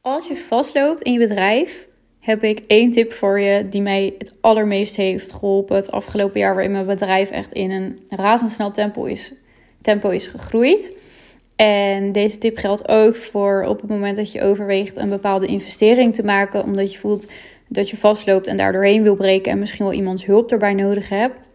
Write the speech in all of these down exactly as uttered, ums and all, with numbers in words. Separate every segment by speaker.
Speaker 1: Als je vastloopt in je bedrijf, heb ik één tip voor je die mij het allermeest heeft geholpen het afgelopen jaar, waarin mijn bedrijf echt in een razendsnel tempo is, tempo is gegroeid. En deze tip geldt ook voor op het moment dat je overweegt een bepaalde investering te maken, omdat je voelt dat je vastloopt en daar doorheen wil breken en misschien wel iemands hulp erbij nodig hebt.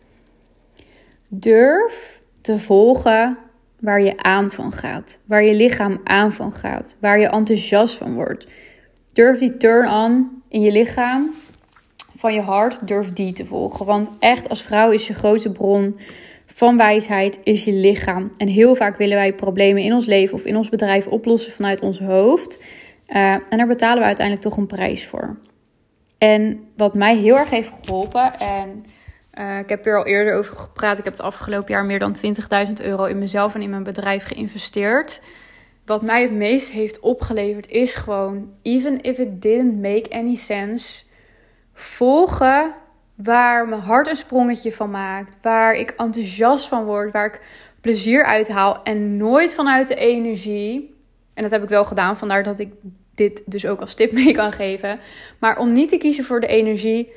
Speaker 1: Durf te volgen waar je aan van gaat, waar je lichaam aan van gaat, waar je enthousiast van wordt. Durf die turn-on in je lichaam, van je hart, durf die te volgen. Want echt, als vrouw is je grootste bron van wijsheid is je lichaam. En heel vaak willen wij problemen in ons leven of in ons bedrijf oplossen vanuit ons hoofd. Uh, en daar betalen we uiteindelijk toch een prijs voor. En wat mij heel erg heeft geholpen, en uh, ik heb er al eerder over gepraat. Ik heb het afgelopen jaar meer dan twintigduizend euro in mezelf en in mijn bedrijf geïnvesteerd. Wat mij het meest heeft opgeleverd is gewoon, even if it didn't make any sense, volgen waar mijn hart een sprongetje van maakt, waar ik enthousiast van word, waar ik plezier uit haal en nooit vanuit de energie. En dat heb ik wel gedaan, vandaar dat ik dit dus ook als tip mee kan geven. Maar om niet te kiezen voor de energie,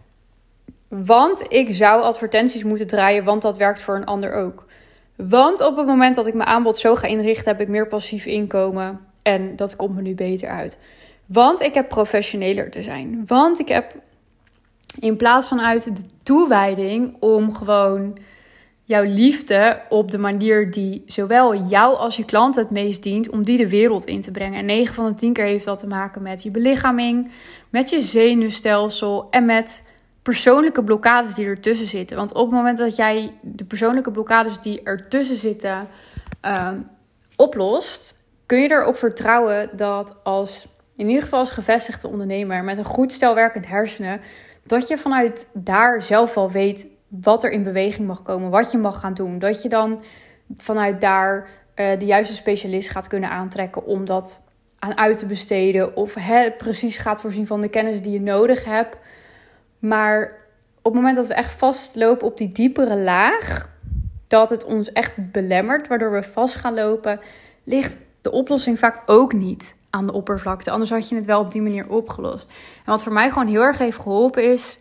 Speaker 1: want ik zou advertenties moeten draaien, want dat werkt voor een ander ook. Want op het moment dat ik mijn aanbod zo ga inrichten, heb ik meer passief inkomen. En dat komt me nu beter uit. Want ik heb professioneler te zijn. Want ik heb in plaats van uit de toewijding om gewoon jouw liefde op de manier die zowel jou als je klant het meest dient, om die de wereld in te brengen. En negen van de tien keer heeft dat te maken met je belichaming, met je zenuwstelsel en met persoonlijke blokkades die ertussen zitten. Want op het moment dat jij de persoonlijke blokkades die ertussen zitten uh, oplost, kun je erop vertrouwen dat als, in ieder geval als gevestigde ondernemer met een goed stel werkend hersenen, dat je vanuit daar zelf al weet wat er in beweging mag komen, wat je mag gaan doen. Dat je dan vanuit daar uh, de juiste specialist gaat kunnen aantrekken om dat aan uit te besteden. Of he, precies gaat voorzien van de kennis die je nodig hebt. Maar op het moment dat we echt vastlopen op die diepere laag, dat het ons echt belemmert, waardoor we vast gaan lopen, ligt de oplossing vaak ook niet aan de oppervlakte. Anders had je het wel op die manier opgelost. En wat voor mij gewoon heel erg heeft geholpen is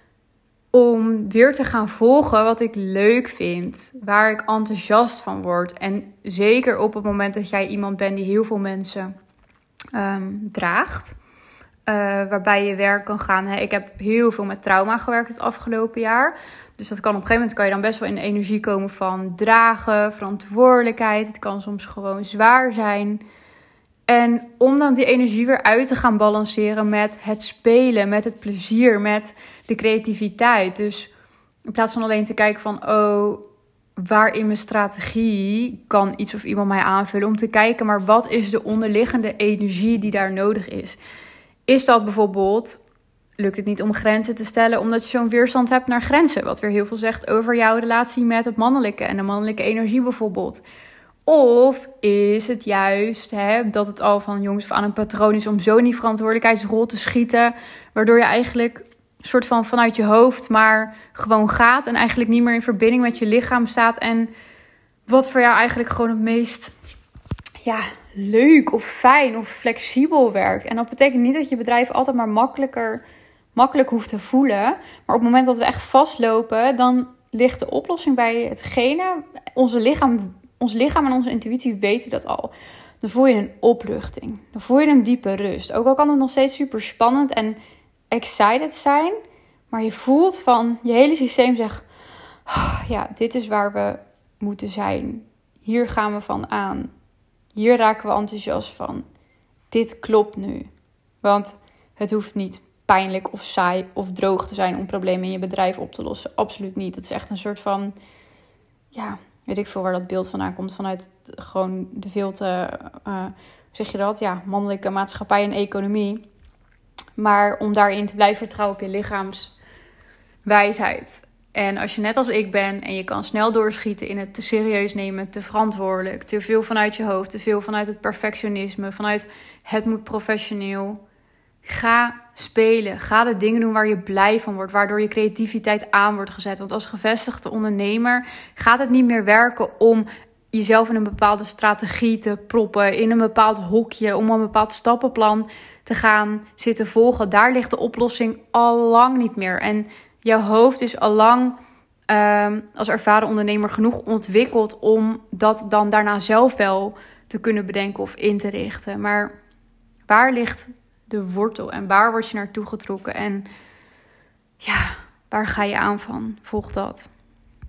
Speaker 1: om weer te gaan volgen wat ik leuk vind, waar ik enthousiast van word. En zeker op het moment dat jij iemand bent die heel veel mensen um, draagt, Uh, waarbij je werk kan gaan. Hè. Ik heb heel veel met trauma gewerkt het afgelopen jaar. Dus dat kan op een gegeven moment kan je dan best wel in de energie komen van dragen, verantwoordelijkheid. Het kan soms gewoon zwaar zijn. En om dan die energie weer uit te gaan balanceren met het spelen, met het plezier, met de creativiteit. Dus in plaats van alleen te kijken van, oh, waar in mijn strategie kan iets of iemand mij aanvullen, om te kijken, maar wat is de onderliggende energie die daar nodig is? Is dat bijvoorbeeld, lukt het niet om grenzen te stellen omdat je zo'n weerstand hebt naar grenzen? Wat weer heel veel zegt over jouw relatie met het mannelijke en de mannelijke energie bijvoorbeeld. Of is het juist hè, dat het al van jongs af aan een patroon is om zo in die verantwoordelijkheidsrol te schieten, waardoor je eigenlijk een soort van vanuit je hoofd maar gewoon gaat en eigenlijk niet meer in verbinding met je lichaam staat. En wat voor jou eigenlijk gewoon het meest ja, leuk of fijn of flexibel werkt. En dat betekent niet dat je bedrijf altijd maar makkelijker, makkelijk hoeft te voelen. Maar op het moment dat we echt vastlopen, dan ligt de oplossing bij hetgene. Onze lichaam, ons lichaam en onze intuïtie weten dat al. Dan voel je een opluchting. Dan voel je een diepe rust. Ook al kan het nog steeds super spannend en excited zijn. Maar je voelt van, je hele systeem zegt, oh, ja, dit is waar we moeten zijn. Hier gaan we van aan. Hier raken we enthousiast van. Dit klopt nu. Want het hoeft niet pijnlijk of saai of droog te zijn om problemen in je bedrijf op te lossen. Absoluut niet. Het is echt een soort van, ja, weet ik veel waar dat beeld vandaan komt. Vanuit gewoon de veel te, uh, hoe zeg je dat? Ja, mannelijke maatschappij en economie. Maar om daarin te blijven vertrouwen op je lichaamswijsheid. En als je net als ik ben en je kan snel doorschieten in het te serieus nemen, te verantwoordelijk, te veel vanuit je hoofd, te veel vanuit het perfectionisme, vanuit het moet professioneel. Ga spelen, ga de dingen doen waar je blij van wordt, waardoor je creativiteit aan wordt gezet. Want als gevestigde ondernemer gaat het niet meer werken om jezelf in een bepaalde strategie te proppen, in een bepaald hokje, om een bepaald stappenplan te gaan zitten volgen. Daar ligt de oplossing al lang niet meer. En jouw hoofd is al lang um, als ervaren ondernemer genoeg ontwikkeld om dat dan daarna zelf wel te kunnen bedenken of in te richten. Maar waar ligt de wortel en waar word je naartoe getrokken? En ja, waar ga je aan van? Volg dat.